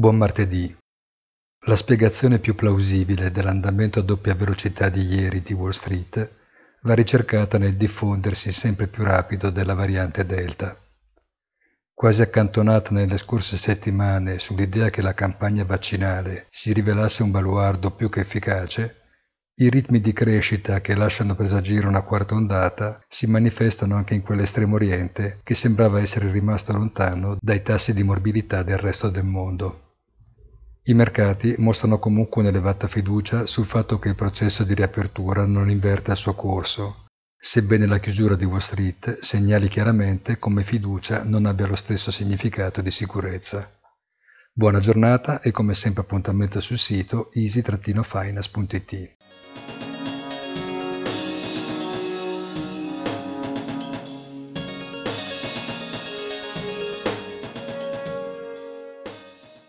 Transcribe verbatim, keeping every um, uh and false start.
Buon martedì. La spiegazione più plausibile dell'andamento a doppia velocità di ieri di Wall Street va ricercata nel diffondersi sempre più rapido della variante Delta. Quasi accantonata nelle scorse settimane sull'idea che la campagna vaccinale si rivelasse un baluardo più che efficace, i ritmi di crescita che lasciano presagire una quarta ondata si manifestano anche in quell'estremo oriente che sembrava essere rimasto lontano dai tassi di morbilità del resto del mondo. I mercati mostrano comunque un'elevata fiducia sul fatto che il processo di riapertura non inverta il suo corso, sebbene la chiusura di Wall Street segnali chiaramente come fiducia non abbia lo stesso significato di sicurezza. Buona giornata e come sempre appuntamento sul sito easy finance punto it.